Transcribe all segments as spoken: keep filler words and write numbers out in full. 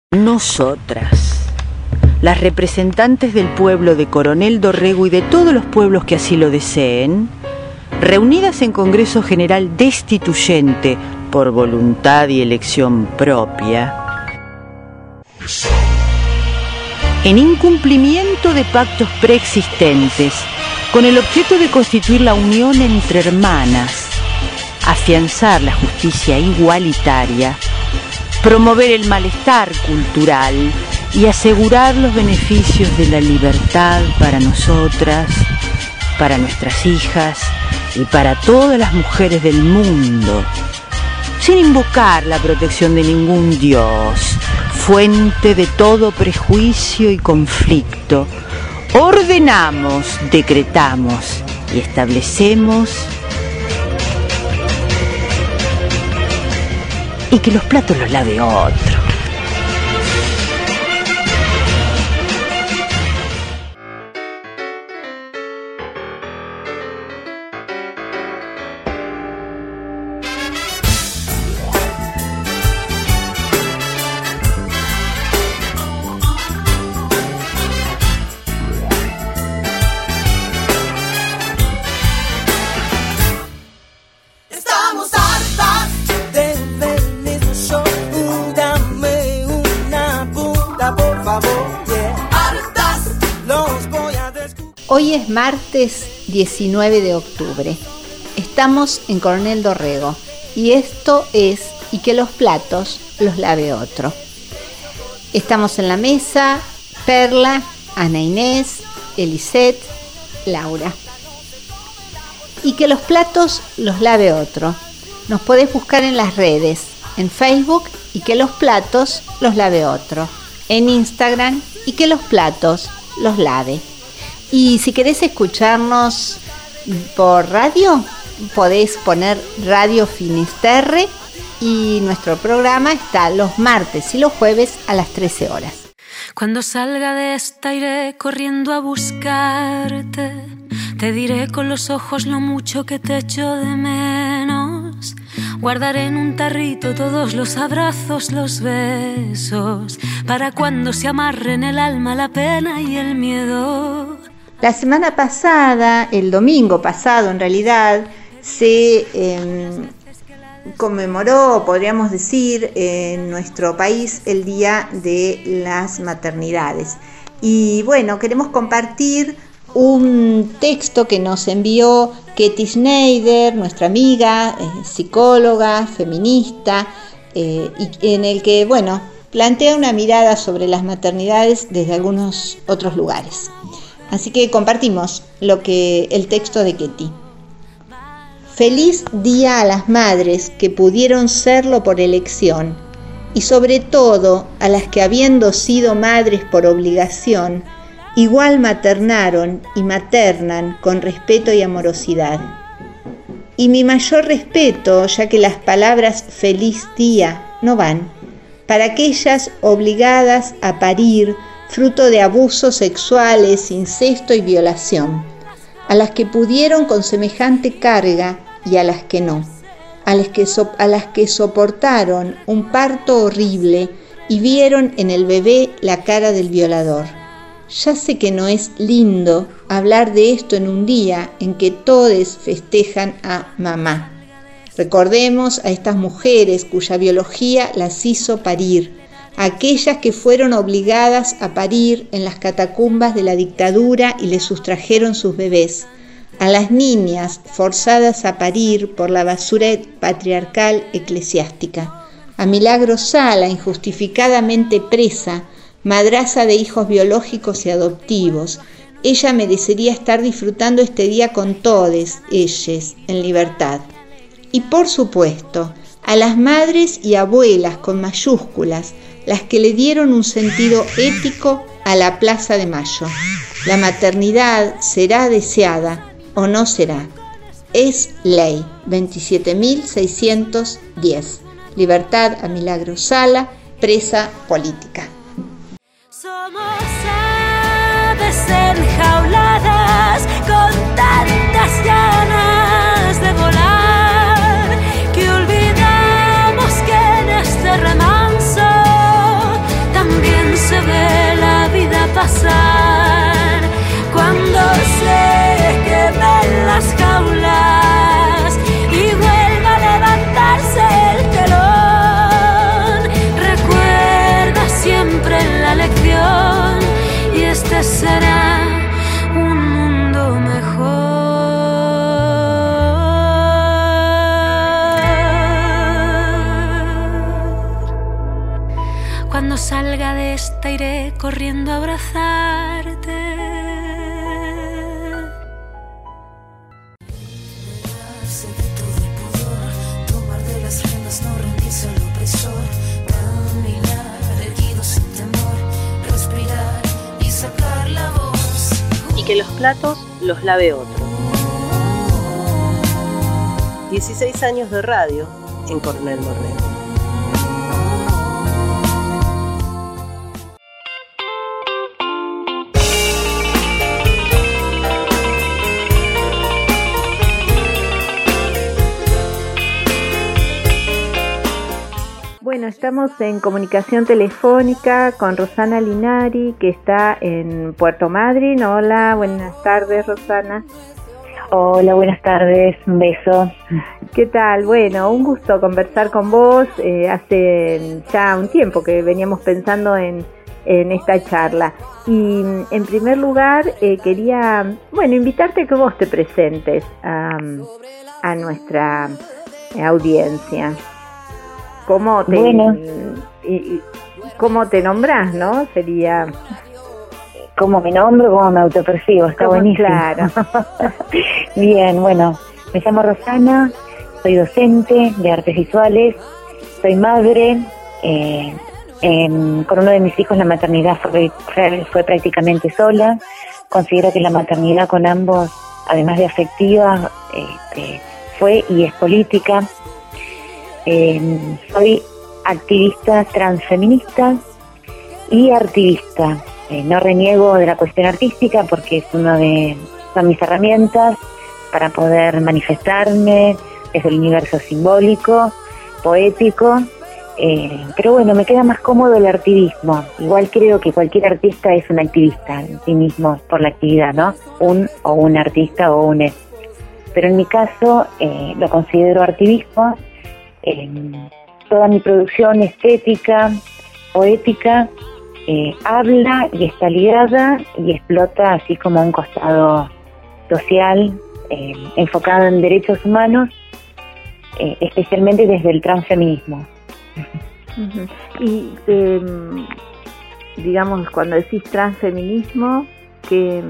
Nosotras, las representantes del pueblo de Coronel Dorrego y de todos los pueblos que así lo deseen, reunidas en Congreso General Destituyente por voluntad y elección propia, en incumplimiento de pactos preexistentes, con el objeto de constituir la unión entre hermanas, afianzar la justicia igualitaria, promover el malestar cultural y asegurar los beneficios de la libertad para nosotras, para nuestras hijas y para todas las mujeres del mundo, sin invocar la protección de ningún dios, fuente de todo prejuicio y conflicto. Ordenamos, decretamos y establecemos y que los platos los lave otro. Hoy es martes diecinueve de octubre. Estamos en Coronel Dorrego y esto es Y que los platos los lave otro. Estamos en la mesa, Perla, Ana Inés, Elisette, Laura. Y que los platos los lave otro. Nos podés buscar en las redes, en Facebook y que los platos los lave otro, en Instagram y que los platos los lave. Y si querés escucharnos por radio, podés poner Radio Finisterre y nuestro programa está los martes y los jueves a las trece horas. Cuando salga de esta iré corriendo a buscarte, te diré con los ojos lo mucho que te echo de menos. Guardaré en un tarrito todos los abrazos, los besos, para cuando se amarren el alma, la pena y el miedo. La semana pasada, el domingo pasado en realidad, se eh, conmemoró, podríamos decir, en nuestro país el Día de las Maternidades. Y bueno, queremos compartir un texto que nos envió Ketty Schneider, nuestra amiga, eh, psicóloga, feminista, eh, y en el que, bueno, plantea una mirada sobre las maternidades desde algunos otros lugares. Así que compartimos lo que el texto de Ketty. Feliz día a las madres que pudieron serlo por elección y sobre todo a las que habiendo sido madres por obligación, igual maternaron y maternan con respeto y amorosidad. Y mi mayor respeto, ya que las palabras feliz día no van, para aquellas obligadas a parir fruto de abusos sexuales, incesto y violación, a las que pudieron con semejante carga y a las que no, a las que, so- a las que soportaron un parto horrible y vieron en el bebé la cara del violador. Ya sé que no es lindo hablar de esto en un día en que todos festejan a mamá. Recordemos a estas mujeres cuya biología las hizo parir, aquellas que fueron obligadas a parir en las catacumbas de la dictadura y les sustrajeron sus bebés, a las niñas forzadas a parir por la basura patriarcal eclesiástica, a Milagro Sala, injustificadamente presa, madraza de hijos biológicos y adoptivos. Ella merecería estar disfrutando este día con todes, ellas, en libertad. Y por supuesto, a las madres y abuelas con mayúsculas, las que le dieron un sentido ético a la Plaza de Mayo. La maternidad será deseada o no será. Es ley veintisiete mil seiscientos diez. Libertad a Milagro Sala, presa política. Somos aves enjauladas con tantas ganas de volar que olvidamos que en este remanso tan pasar cuando se quemen las jaulas y vuelva a levantarse el telón. Recuerda siempre la lección y este será un mundo mejor. Cuando salga de esta iré corriendo a abrazarte. Liberarse de todo el pudor, tomar de las riendas, no rendirse al opresor, caminar erguido sin temor, respirar y sacar la voz. Y que los platos los lave otro. dieciséis años de radio en Coronel Morrego. Bueno, estamos en comunicación telefónica con Rosana Linari, que está en Puerto Madryn. Hola, buenas tardes, Rosana. Hola, buenas tardes, un beso. ¿Qué tal? Bueno, un gusto conversar con vos. Eh, hace ya un tiempo que veníamos pensando en, en esta charla. Y en primer lugar, eh, quería, bueno, invitarte a que vos te presentes a, a nuestra audiencia. ¿Cómo te, bueno. y, y, ¿Cómo te nombrás, no? Sería... ¿Cómo me nombro? ¿Cómo me autopercibo? Está buenísimo. Claro. Bien, bueno, me llamo Rosana, soy docente de artes visuales, soy madre, eh, eh, con uno de mis hijos la maternidad fue, fue, fue prácticamente sola. Considero que la maternidad con ambos, además de afectiva, eh, fue y es política. Eh, soy activista transfeminista y artivista. Eh, no reniego de la cuestión artística porque es una de son mis herramientas para poder manifestarme desde el universo simbólico, poético, eh, pero bueno, me queda más cómodo el activismo. Igual creo que cualquier artista es un activista en sí mismo por la actividad, ¿no? Un o un artista o un es. Pero en mi caso eh, lo considero activismo. Eh, toda mi producción estética, poética, eh, habla y está ligada y explota así como un costado social, eh, enfocado en derechos humanos, eh, especialmente desde el transfeminismo. Uh-huh. Y eh, digamos, cuando decís transfeminismo, ¿qué,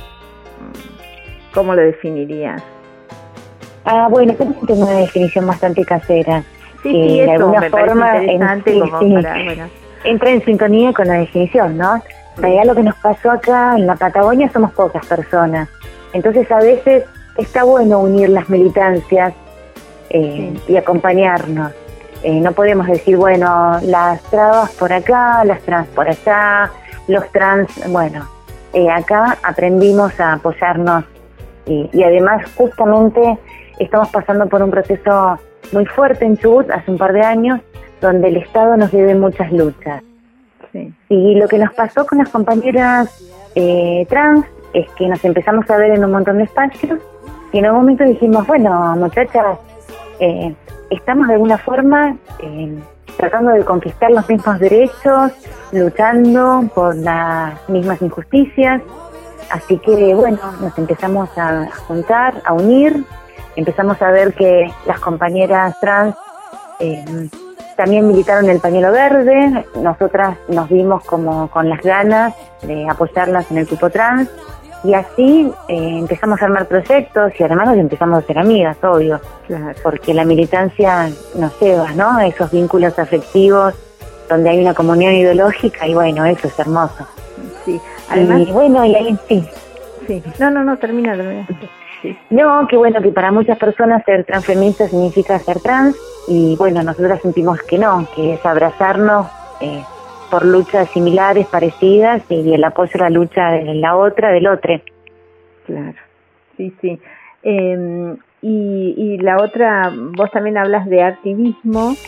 ¿cómo lo definirías? Ah, bueno, creo que tengo una definición bastante casera. Sí, sí, eh, eso de alguna me forma parece interesante, en, como sí, para, bueno. entra en sintonía con la definición, ¿no? En realidad lo que nos pasó acá en la Patagonia somos pocas personas. Entonces a veces está bueno unir las militancias eh, sí. y acompañarnos. Eh, no podemos decir, bueno, las trabas por acá, las trans por allá, los trans, bueno, eh, acá aprendimos a apoyarnos y, y además justamente estamos pasando por un proceso muy fuerte en Chubut hace un par de años, donde el Estado nos debe muchas luchas. Sí. Y lo que nos pasó con las compañeras eh, trans es que nos empezamos a ver en un montón de espacios y en un momento dijimos, bueno, muchachas, eh, estamos de alguna forma eh, tratando de conquistar los mismos derechos, luchando por las mismas injusticias, así que bueno, nos empezamos a juntar, a unir, empezamos a ver que las compañeras trans eh, también militaron el pañuelo verde, nosotras nos vimos como con las ganas de apoyarlas en el cupo trans y así eh, empezamos a armar proyectos y además nos empezamos a hacer amigas, obvio, claro. Porque la militancia nos lleva, ¿no? A esos vínculos afectivos donde hay una comunión ideológica y bueno, eso es hermoso. Sí, además, y bueno, y ahí sí. Sí, no, no, no, termina, termina. Sí. No, que bueno, que para muchas personas ser transfeminista significa ser trans y bueno, nosotras sentimos que no, que es abrazarnos eh, por luchas similares, parecidas y el apoyo a la lucha de la otra, del otro. Claro, sí, sí. Eh, y, y la otra, vos también hablas de activismo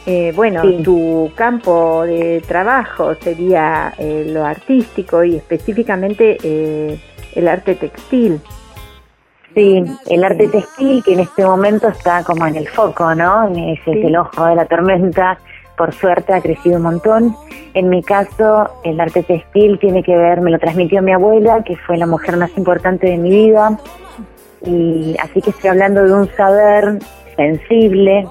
Eh, bueno, sí. Tu campo de trabajo sería eh, lo artístico y específicamente eh, el arte textil. Sí, el arte textil, que en este momento está como en el foco, ¿no? Es, Sí. es el ojo de la tormenta. Por suerte ha crecido un montón. En mi caso, el arte textil tiene que ver, me lo transmitió mi abuela, que fue la mujer más importante de mi vida. Y así que estoy hablando de un saber sensible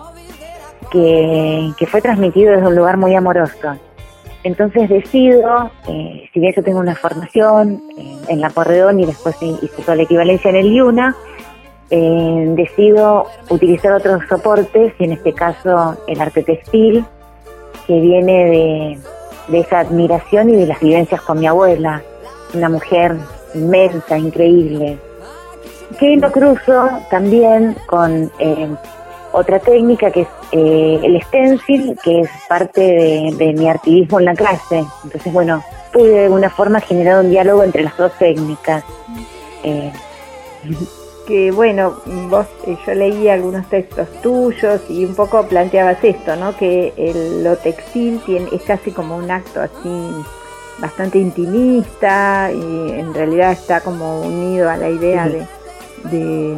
que, que fue transmitido desde un lugar muy amoroso. Entonces decido, eh, si bien yo tengo una formación eh, en la Porredón y después hice toda la equivalencia en el IUNA, eh, decido utilizar otros soportes, y en este caso el arte textil, que viene de, de esa admiración y de las vivencias con mi abuela, una mujer inmensa, increíble, que lo cruzo también con eh, otra técnica que es eh, el stencil, que es parte de, de mi activismo en la clase. Entonces, bueno, pude de alguna forma generar un diálogo entre las dos técnicas. Eh, Que bueno, vos, eh, yo leí algunos textos tuyos y un poco planteabas esto, ¿no? Que el, lo textil tiene, es casi como un acto así bastante intimista y en realidad está como unido a la idea de, de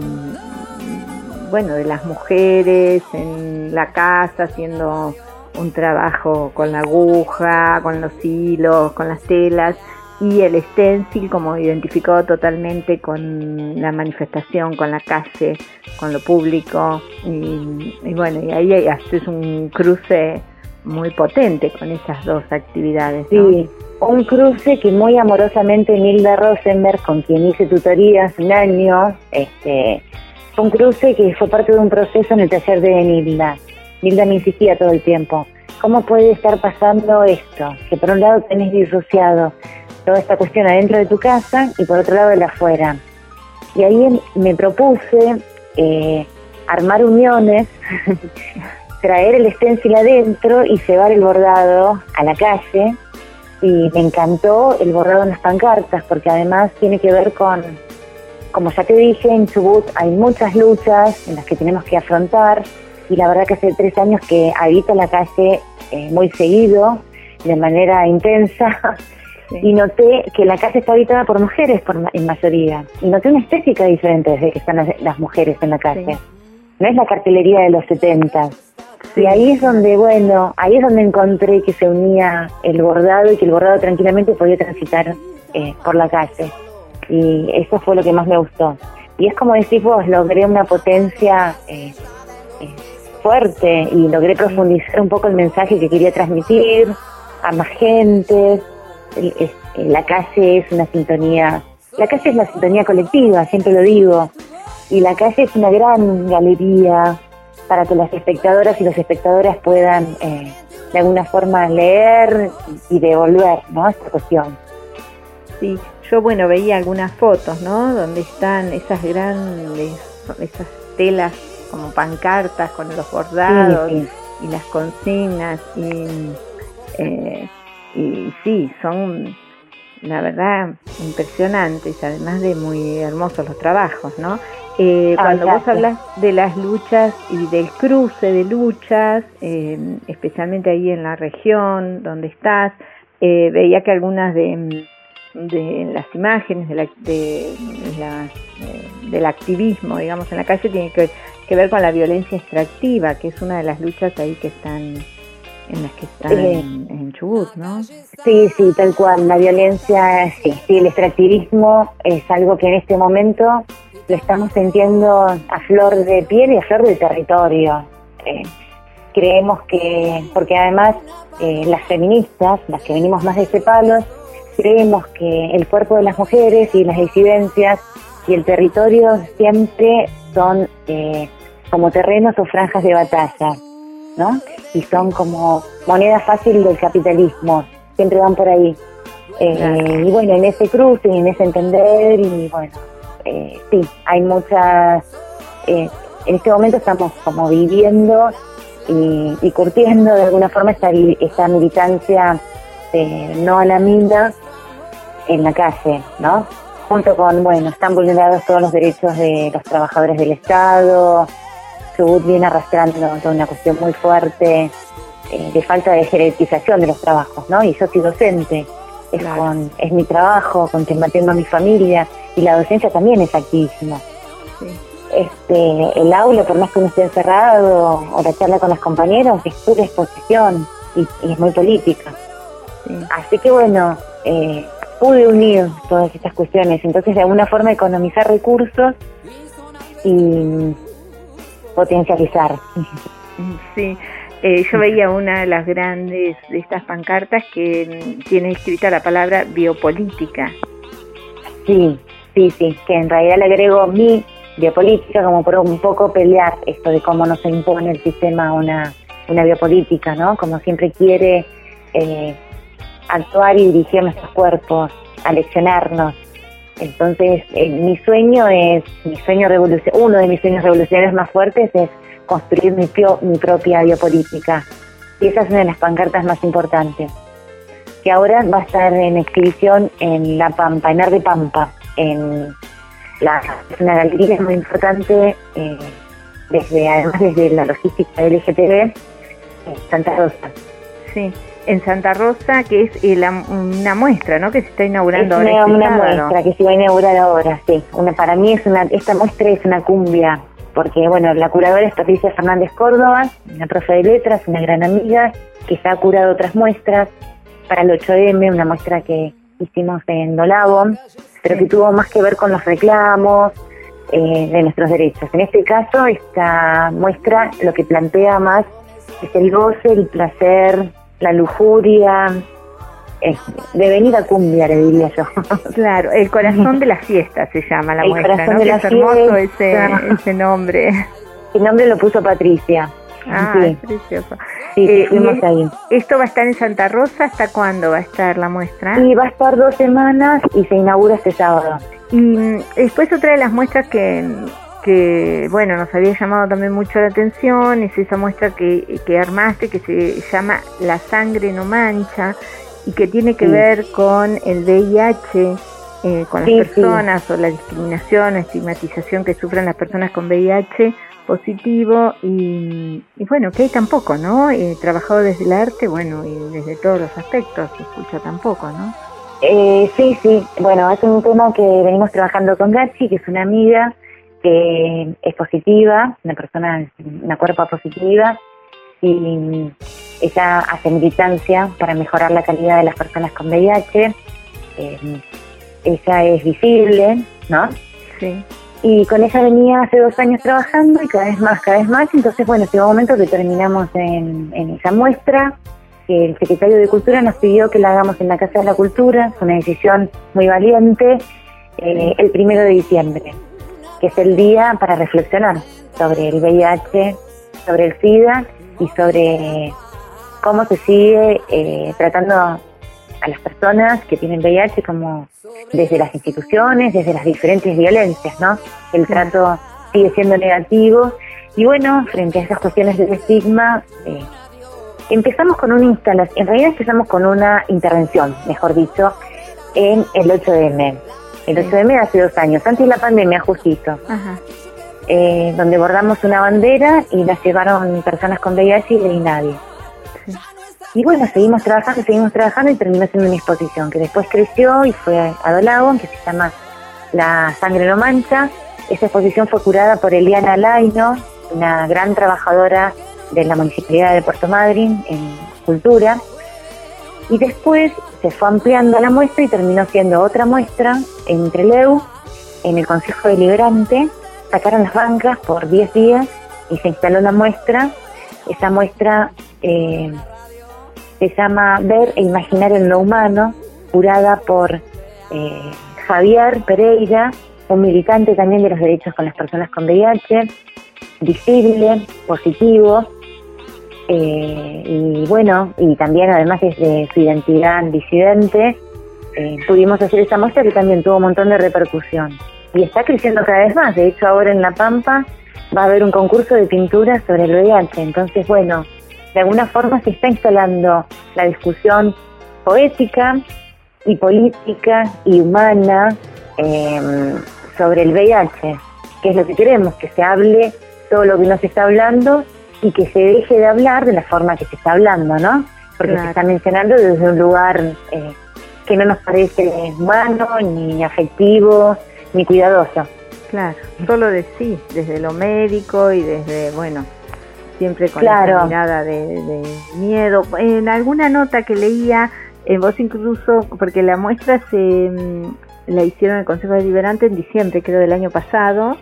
bueno, de las mujeres en la casa haciendo un trabajo con la aguja, con los hilos, con las telas, y el stencil como identificado totalmente con la manifestación, con la calle, con lo público, y, y bueno, y ahí haces un cruce muy potente con esas dos actividades, ¿no? Sí, un cruce que muy amorosamente Nilda Rosenberg, con quien hice tutoría hace un año, este, fue un cruce que fue parte de un proceso en el taller de Nilda. Nilda me insistía todo el tiempo, ¿cómo puede estar pasando esto? Que por un lado tenés disociado toda esta cuestión adentro de tu casa y por otro lado de la afuera. Y ahí me propuse eh, armar uniones, traer el stencil adentro y llevar el bordado a la calle. Y me encantó el bordado en las pancartas, porque además tiene que ver con, como ya te dije, en Chubut hay muchas luchas en las que tenemos que afrontar, y la verdad que hace tres años que habito la calle eh, muy seguido, de manera intensa. Sí. Y noté que la calle está habitada por mujeres por, en mayoría. Y noté una estética diferente desde que están las, las mujeres en la calle. Sí. No es la cartelería de los setenta. Sí. Y ahí es donde, bueno, ahí es donde encontré que se unía el bordado y que el bordado tranquilamente podía transitar eh, por la calle. Y eso fue lo que más me gustó. Y es como decís vos, logré una potencia eh, eh, fuerte y logré profundizar un poco el mensaje que quería transmitir a más gente. La calle es una sintonía, la calle es la sintonía colectiva, siempre lo digo, y la calle es una gran galería para que las espectadoras y los espectadores puedan eh, de alguna forma leer y devolver, ¿no?, esta cuestión. Sí, yo bueno veía algunas fotos, ¿no?, donde están esas grandes, esas telas como pancartas con los bordados, sí, sí, y las consignas y eh, y sí, son la verdad impresionantes, además de muy hermosos los trabajos, ¿no? Eh, ah, cuando gracias. Vos hablas de las luchas y del cruce de luchas, eh, especialmente ahí en la región donde estás, eh, veía que algunas de, de las imágenes de la, de, de la, eh, del activismo, digamos, en la calle tienen que, que ver con la violencia extractiva, que es una de las luchas ahí que están... en las que están eh, en, en Chubut, ¿no? Sí, sí, tal cual. La violencia, sí, sí, el extractivismo es algo que en este momento lo estamos sintiendo a flor de piel y a flor de territorio. Eh, creemos que, porque además eh, las feministas, las que venimos más de ese palo, creemos que el cuerpo de las mujeres y las disidencias y el territorio siempre son eh, como terrenos o franjas de batalla, ¿no? Y son como moneda fácil del capitalismo, siempre van por ahí. Eh, claro. Y bueno, en ese cruce y en ese entender, y bueno, eh, sí, hay muchas... Eh, en este momento estamos como viviendo y, y curtiendo de alguna forma esta, esta militancia eh, no a la mina en la calle, ¿no? Junto con, bueno, están vulnerados todos los derechos de los trabajadores del Estado. Chubut viene arrastrando toda una cuestión muy fuerte eh, de falta de jerarquización de los trabajos, ¿no? Y yo soy docente, es, Claro. con, es mi trabajo, con quien mantengo a mi familia, y la docencia también es activísima. Sí. Este, el aula, por más que uno esté encerrado, o la charla con los compañeros, es pura exposición y, y es muy política. Sí. Así que bueno, eh, pude unir todas estas cuestiones, entonces de alguna forma economizar recursos y potencializar. Sí, eh, yo veía una de las grandes de estas pancartas que mm, tiene escrita la palabra biopolítica. Sí, sí, sí, que en realidad le agrego mi biopolítica como por un poco pelear esto de cómo no se impone el sistema una, una biopolítica, ¿no? Como siempre quiere eh, actuar y dirigir nuestros cuerpos, aleccionarnos. Entonces, eh, mi sueño es, mi sueño revolucion- uno de mis sueños revolucionarios más fuertes es construir mi, pio- mi propia biopolítica. Y esa es una de las pancartas más importantes, que ahora va a estar en exhibición en La Pampa, en Arde Pampa, en la, es una galería muy importante, eh, desde además desde la logística del L G T B, en Santa Rosa. Sí, en Santa Rosa, que es eh, la- una muestra, ¿no? Que se está inaugurando Es ahora una, este una sábado. muestra que se va a inaugurar ahora, sí. Una, para mí es una, esta muestra es una cumbia, porque bueno, la curadora es Patricia Fernández Córdoba, una profe de letras, una gran amiga, que ya ha curado otras muestras para el ocho eme, una muestra que hicimos en Dolabo, pero Sí. que tuvo más que ver con los reclamos eh, de nuestros derechos. En este caso, esta muestra lo que plantea más es el goce, el placer, la lujuria, es devenida cumbia, le diría yo. Claro, el corazón de la fiesta se llama la El muestra, corazón ¿no? de Que la es hermoso fiesta. ese, ese nombre. El nombre lo puso Patricia. Ah, Sí. es precioso. Sí, sí, Eh, y fuimos es- ahí. ¿Esto va a estar en Santa Rosa? ¿Hasta cuándo va a estar la muestra? Y va a estar dos semanas y se inaugura este sábado. Y mm, después otra de las muestras que, que, bueno, nos había llamado también mucho la atención es esa muestra que, que armaste, que se llama La sangre no mancha, y que tiene que Sí. ver con el V I H, eh, con las Sí, personas, o la discriminación, la estigmatización que sufren las personas con V I H positivo, y, y bueno, que hay tampoco, ¿no? Eh, trabajado desde el arte, bueno, y desde todos los aspectos, se escucha tampoco, ¿no? Eh, sí, sí. Bueno, es un tema que venimos trabajando con Gachi, que es una amiga que es positiva, una persona, una cuerpa positiva, y ella hace militancia para mejorar la calidad de las personas con V I H. Eh, ella es visible, ¿no? Sí. Y con ella venía hace dos años trabajando y cada vez más, cada vez más. Entonces, bueno, llegó un momento que terminamos en, en esa muestra, que el secretario de Cultura nos pidió que la hagamos en la Casa de la Cultura. Fue una decisión muy valiente, eh, el primero de diciembre, que es el día para reflexionar sobre el V I H, sobre el SIDA y sobre cómo se sigue eh, tratando a las personas que tienen V I H, como desde las instituciones, desde las diferentes violencias, ¿no? El trato sigue siendo negativo. Y bueno, frente a esas cuestiones del estigma, eh, empezamos con una instalación, en realidad empezamos con una intervención, mejor dicho, en el ocho eme. El ocho eme hace dos años, antes de la pandemia justito, Ajá. eh, donde bordamos una bandera y la llevaron personas con V I H y de nadie. Sí. Y bueno, seguimos trabajando, seguimos trabajando y terminó siendo una exposición que después creció y fue a Dolabo, que se llama La sangre no mancha. Esa exposición fue curada por Eliana Laino, una gran trabajadora de la Municipalidad de Puerto Madryn en cultura. Y después se fue ampliando la muestra y terminó siendo otra muestra en Trelew, en el Consejo Deliberante. Sacaron las bancas por diez días y se instaló la muestra. Esa muestra eh, se llama Ver e Imaginar en lo Humano, curada por eh, Javier Pereira, un militante también de los derechos con las personas con V I H, visible, positivo, eh, y bueno, y también además desde su identidad disidente, eh, pudimos hacer esa muestra que también tuvo un montón de repercusión. Y está creciendo cada vez más. De hecho, ahora en La Pampa va a haber un concurso de pintura sobre el V I H. Entonces, bueno, de alguna forma se está instalando la discusión poética y política y humana eh, sobre el V I H, que es lo que queremos, que se hable todo lo que nos está hablando y que se deje de hablar de la forma que se está hablando, ¿no? Porque claro. se está mencionando desde un lugar eh, que no nos parece humano, ni afectivo, ni cuidadoso. Claro, solo de sí, desde lo médico y desde, bueno, siempre con claro. esa mirada de, de miedo. En alguna nota que leía, eh, vos incluso, porque la muestra se um, la hicieron en el Consejo Deliberante en diciembre, creo, del año pasado,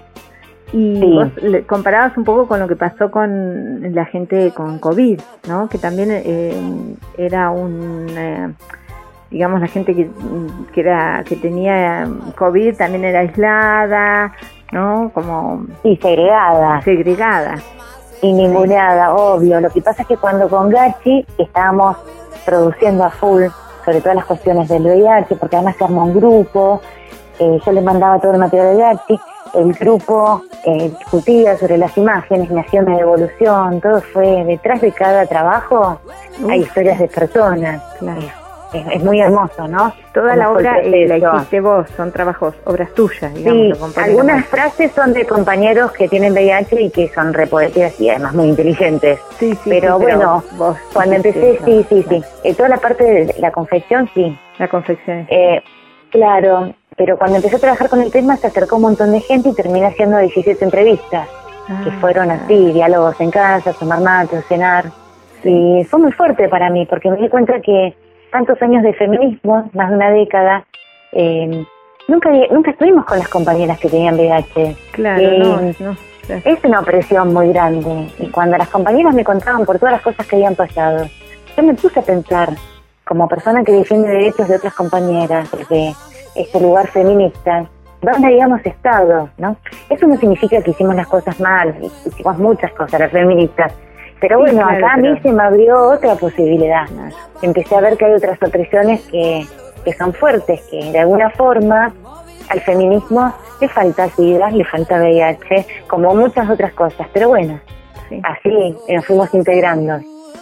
y sí. vos le, comparabas un poco con lo que pasó con la gente con COVID, ¿no? Que también eh, era un... Eh, digamos, la gente que, que era que tenía COVID también era aislada, ¿no? Como... Y segregada. Segregada. Y ninguneada, sí. obvio. Lo que pasa es que cuando con Gachi estábamos produciendo a full sobre todas las cuestiones del V I H, porque además se armó un grupo, eh, yo le mandaba todo el material de Gachi, el grupo eh, discutía sobre las imágenes, me hacía una devolución, todo fue detrás de cada trabajo, Uf. hay historias de personas. Claro. Es, es muy hermoso, ¿no? Toda la obra eh, la hiciste vos, son trabajos, obras tuyas, digamos. Sí, algunas frases son de compañeros que tienen V I H y que son repoéticas y además muy inteligentes. Sí, sí, pero sí, bueno, pero vos cuando empecé, eso, sí, sí, claro. sí. Eh, toda la parte de la confección, sí. La confección. Eh, claro, pero cuando empecé a trabajar con el tema se acercó un montón de gente y terminé haciendo diecisiete entrevistas, ah, que fueron así, diálogos en casa, tomar mate, cenar. Sí. Y fue muy fuerte para mí, porque me di cuenta que tantos años de feminismo, más de una década, eh, nunca nunca estuvimos con las compañeras que tenían V I H. Claro, eh, no, no, claro. Es una opresión muy grande. Y cuando las compañeras me contaban por todas las cosas que habían pasado, yo me puse a pensar, como persona que defiende derechos de otras compañeras, de este lugar feminista, ¿dónde habíamos estado? ¿No? Eso no significa que hicimos las cosas mal, hicimos muchas cosas las feministas. Pero bueno, sí, claro, acá pero... a mí se me abrió otra posibilidad. Claro. Empecé a ver que hay otras opresiones que, que son fuertes, que de alguna forma al feminismo le falta SIDA, le falta V I H, como muchas otras cosas. Pero bueno, sí. así nos fuimos integrando.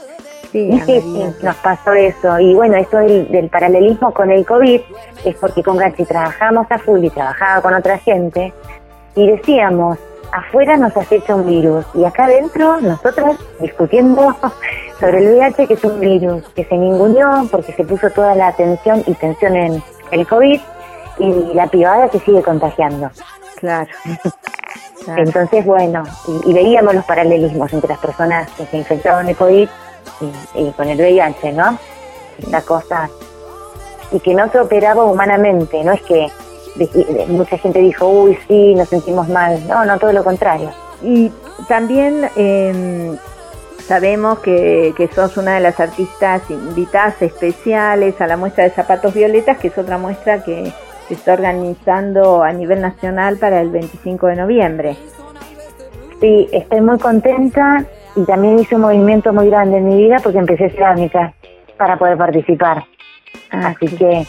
Sí, y sí, sí, nos pasó eso. Y bueno, esto del, del paralelismo con el COVID es porque con Gachi trabajamos a full y trabajaba con otra gente y decíamos, afuera nos acecha un virus y acá adentro nosotras discutiendo sobre el V I H, que es un virus que se ninguneó porque se puso toda la atención y tensión en el COVID y la privada se sigue contagiando. Claro. claro. Entonces, bueno, y, y veíamos los paralelismos entre las personas que se infectaron de COVID y, y con el V I H, ¿no? Esta cosa, y que no se operaba humanamente, no es que De, de, mucha gente dijo, uy, sí, nos sentimos mal. No, no, todo lo contrario. Y también eh, sabemos que, que sos una de las artistas invitadas especiales a la muestra de Zapatos Violetas, que es otra muestra que se está organizando a nivel nacional para el veinticinco de noviembre. Sí, estoy muy contenta y también hice un movimiento muy grande en mi vida porque empecé cerámica para poder participar. Ah, Así sí. que...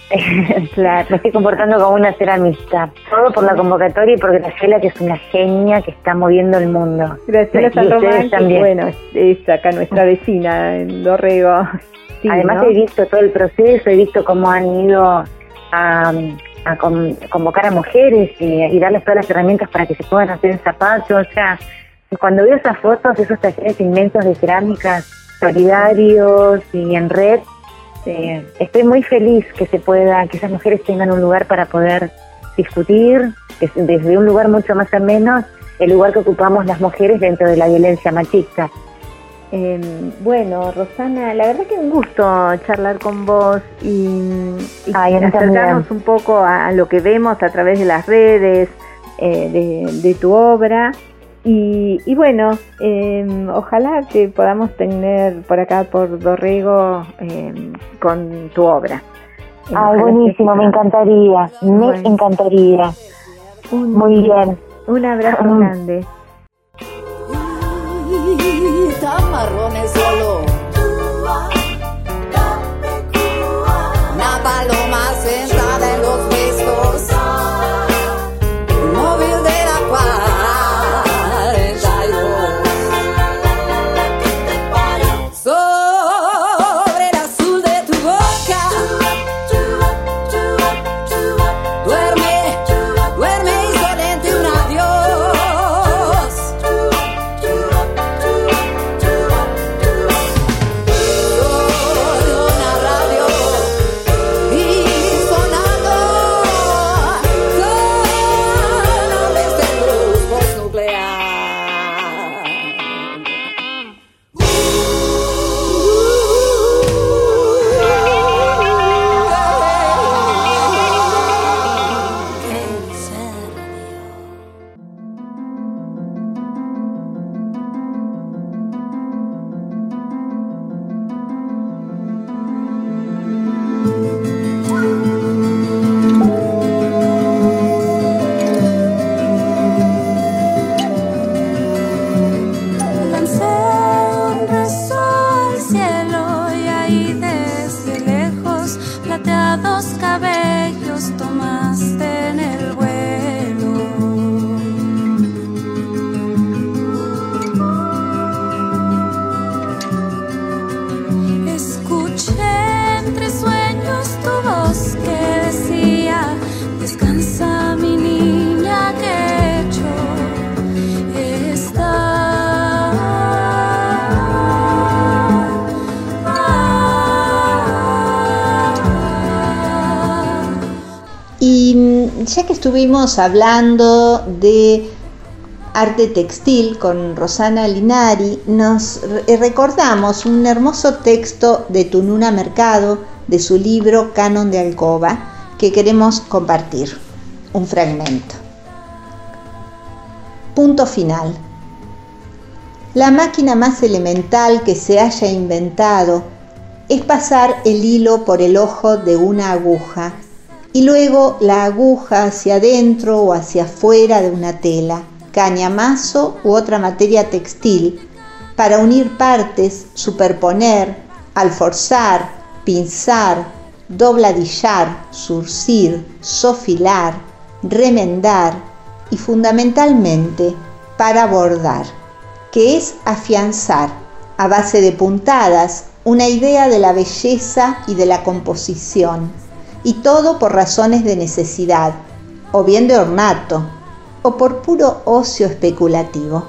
claro, me estoy comportando como una ceramista, todo por la convocatoria y por Graciela, que es una genia que está moviendo el mundo. Graciela Salomán, que bueno, es acá nuestra vecina en Dorrego. Sí, además, ¿no? He visto todo el proceso, he visto cómo han ido a, a convocar a mujeres y, y darles todas las herramientas para que se puedan hacer zapatos. O sea, cuando veo esas fotos, esos talleres inmensos de cerámicas solidarios y en red, Eh, estoy muy feliz que se pueda, que esas mujeres tengan un lugar para poder discutir desde un lugar mucho más ameno, el lugar que ocupamos las mujeres dentro de la violencia machista. Eh, bueno, Rosana, la verdad que un gusto charlar con vos y, y Ay, acercarnos un poco a, a lo que vemos a través de las redes, eh, de, de tu obra. Y, y bueno, eh, ojalá que podamos tener por acá, por Dorrego, eh, con tu obra. Ah, buenísimo, me encantaría, me bueno. encantaría. Un, Muy bien. Un abrazo um. grande. Tamarrones solo. Una paloma sentada en los restos. Móvil de la cual. plateados cabellos tomaste en el vuelo. Escuché entre sueños tu voz que decía: descansa mi niña, que hecho está. Y ya que estuvimos hablando de arte textil con Rosana Linari, nos recordamos un hermoso texto de Tununa Mercado de su libro Canon de Alcoba que queremos compartir. Un fragmento. Punto final. La máquina más elemental que se haya inventado es pasar el hilo por el ojo de una aguja y luego la aguja hacia adentro o hacia afuera de una tela, cañamazo u otra materia textil, para unir partes, superponer, alforzar, pinzar, dobladillar, zurcir, sofilar, remendar y fundamentalmente para bordar, que es afianzar a base de puntadas una idea de la belleza y de la composición, y todo por razones de necesidad, o bien de ornato, o por puro ocio especulativo.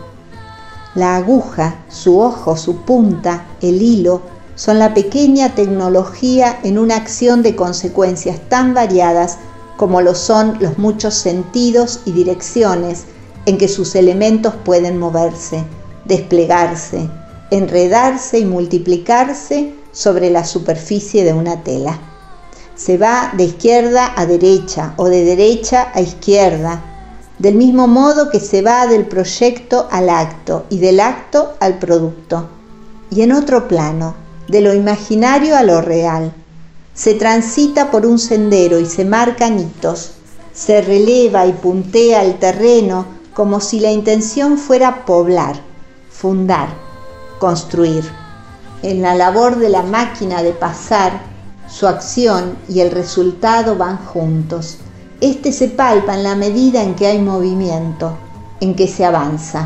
La aguja, su ojo, su punta, el hilo, son la pequeña tecnología en una acción de consecuencias tan variadas como lo son los muchos sentidos y direcciones en que sus elementos pueden moverse, desplegarse, enredarse y multiplicarse sobre la superficie de una tela. Se va de izquierda a derecha o de derecha a izquierda, del mismo modo que se va del proyecto al acto y del acto al producto. Y en otro plano, de lo imaginario a lo real, se transita por un sendero y se marcan hitos, se releva y puntea el terreno como si la intención fuera poblar, fundar, construir. En la labor de la máquina de pasar, su acción y el resultado van juntos. Este se palpa en la medida en que hay movimiento, en que se avanza.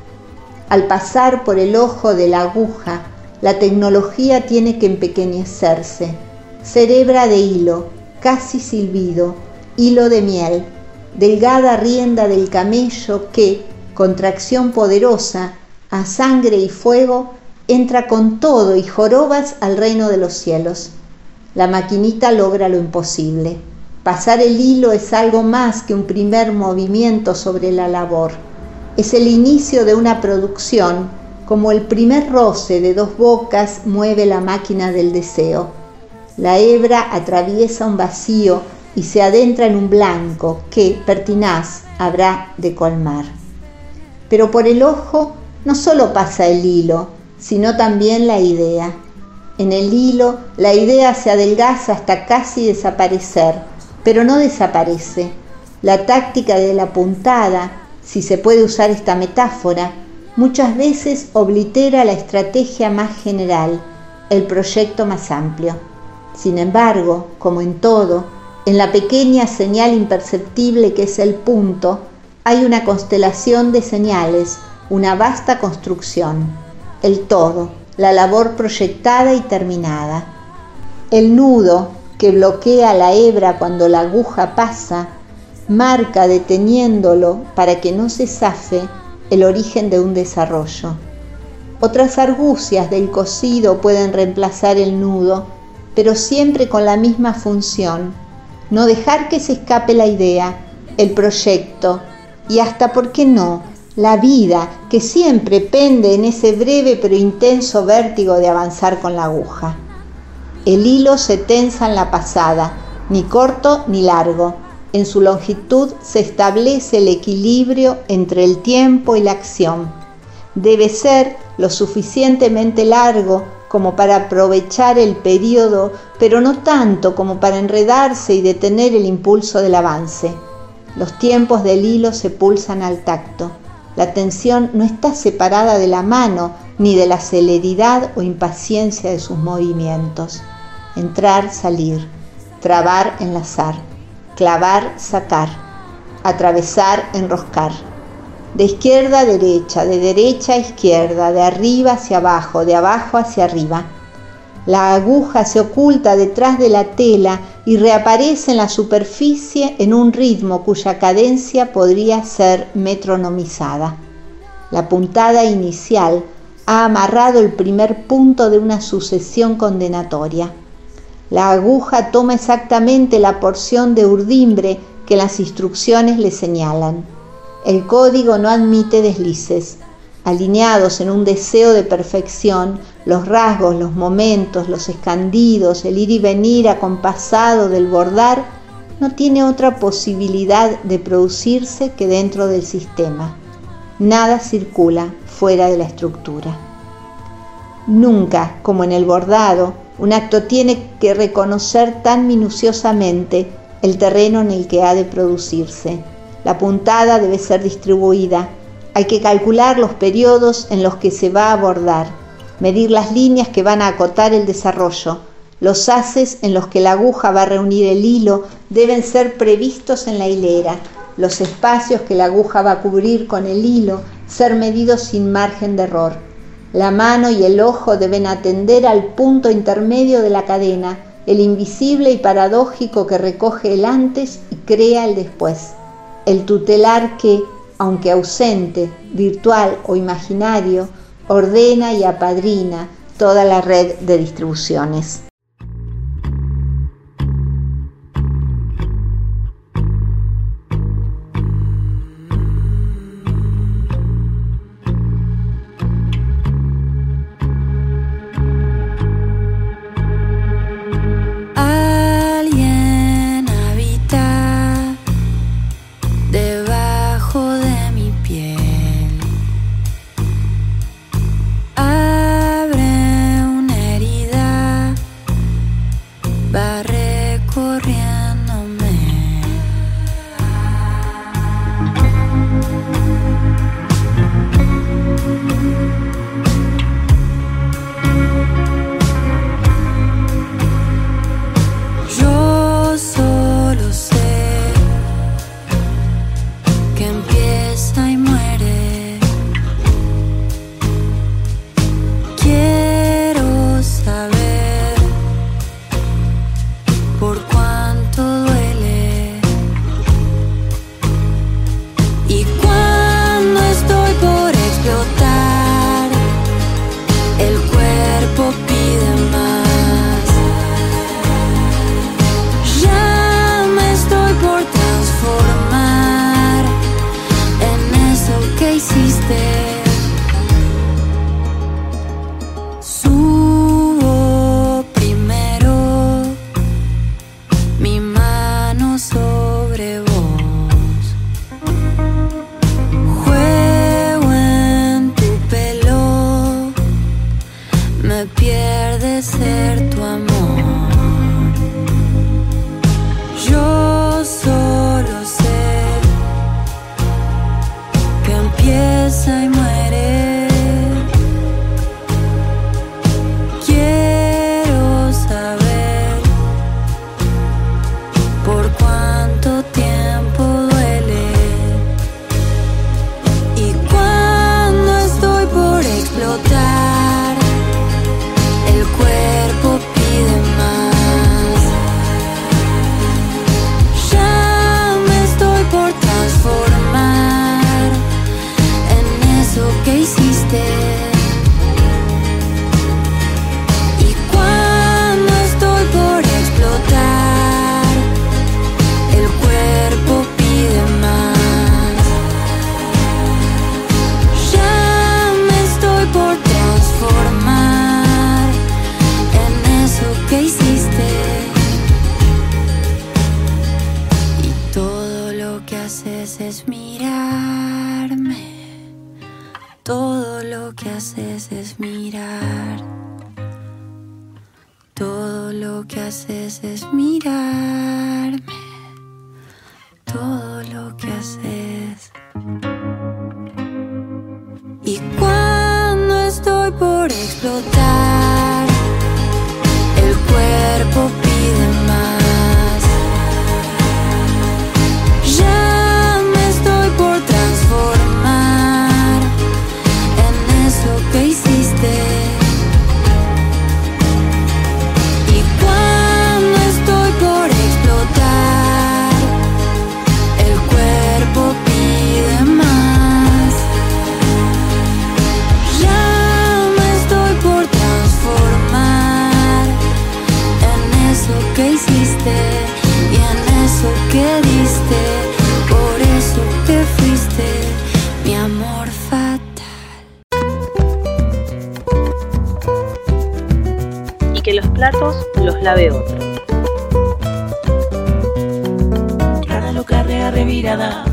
Al pasar por el ojo de la aguja, la tecnología tiene que empequeñecerse. Cerebra de hilo, casi silbido, hilo de miel, delgada rienda del camello que, con tracción poderosa, a sangre y fuego, entra con todo y jorobas al reino de los cielos. La maquinita logra lo imposible. Pasar el hilo es algo más que un primer movimiento sobre la labor. Es el inicio de una producción, como el primer roce de dos bocas mueve la máquina del deseo. La hebra atraviesa un vacío y se adentra en un blanco que, pertinaz, habrá de colmar. Pero por el ojo no solo pasa el hilo, sino también la idea. En el hilo, la idea se adelgaza hasta casi desaparecer, pero no desaparece. La táctica de la puntada, si se puede usar esta metáfora, muchas veces oblitera la estrategia más general, el proyecto más amplio. Sin embargo, como en todo, en la pequeña señal imperceptible que es el punto, hay una constelación de señales, una vasta construcción, el todo, la labor proyectada y terminada. El nudo que bloquea la hebra cuando la aguja pasa, marca deteniéndolo para que no se zafe el origen de un desarrollo. Otras argucias del cosido pueden reemplazar el nudo, pero siempre con la misma función, no dejar que se escape la idea, el proyecto y hasta, ¿por qué no?, la vida que siempre pende en ese breve pero intenso vértigo de avanzar con la aguja. El hilo se tensa en la pasada, ni corto ni largo. En su longitud se establece el equilibrio entre el tiempo y la acción. Debe ser lo suficientemente largo como para aprovechar el periodo, pero no tanto como para enredarse y detener el impulso del avance. Los tiempos del hilo se pulsan al tacto. La tensión no está separada de la mano ni de la celeridad o impaciencia de sus movimientos. Entrar, salir, trabar, enlazar, clavar, sacar, atravesar, enroscar. De izquierda a derecha, de derecha a izquierda, de arriba hacia abajo, de abajo hacia arriba. La aguja se oculta detrás de la tela y reaparece en la superficie en un ritmo cuya cadencia podría ser metronomizada. La puntada inicial ha amarrado el primer punto de una sucesión condenatoria. La aguja toma exactamente la porción de urdimbre que las instrucciones le señalan. El código no admite deslices. Alineados en un deseo de perfección, los rasgos, los momentos, los escandidos, el ir y venir acompasado del bordar, no tiene otra posibilidad de producirse que dentro del sistema. Nada circula fuera de la estructura. Nunca, como en el bordado, un acto tiene que reconocer tan minuciosamente el terreno en el que ha de producirse. La puntada debe ser distribuida. Hay que calcular los periodos en los que se va a bordar, medir las líneas que van a acotar el desarrollo. Los haces en los que la aguja va a reunir el hilo deben ser previstos en la hilera. Los espacios que la aguja va a cubrir con el hilo ser medidos sin margen de error. La mano y el ojo deben atender al punto intermedio de la cadena, el invisible y paradójico que recoge el antes y crea el después. El tutelar que, aunque ausente, virtual o imaginario, ordena y apadrina toda la red de distribuciones. Explotar, el cuerpo pide más. que los platos los lave otro. Cada loca rea revirada,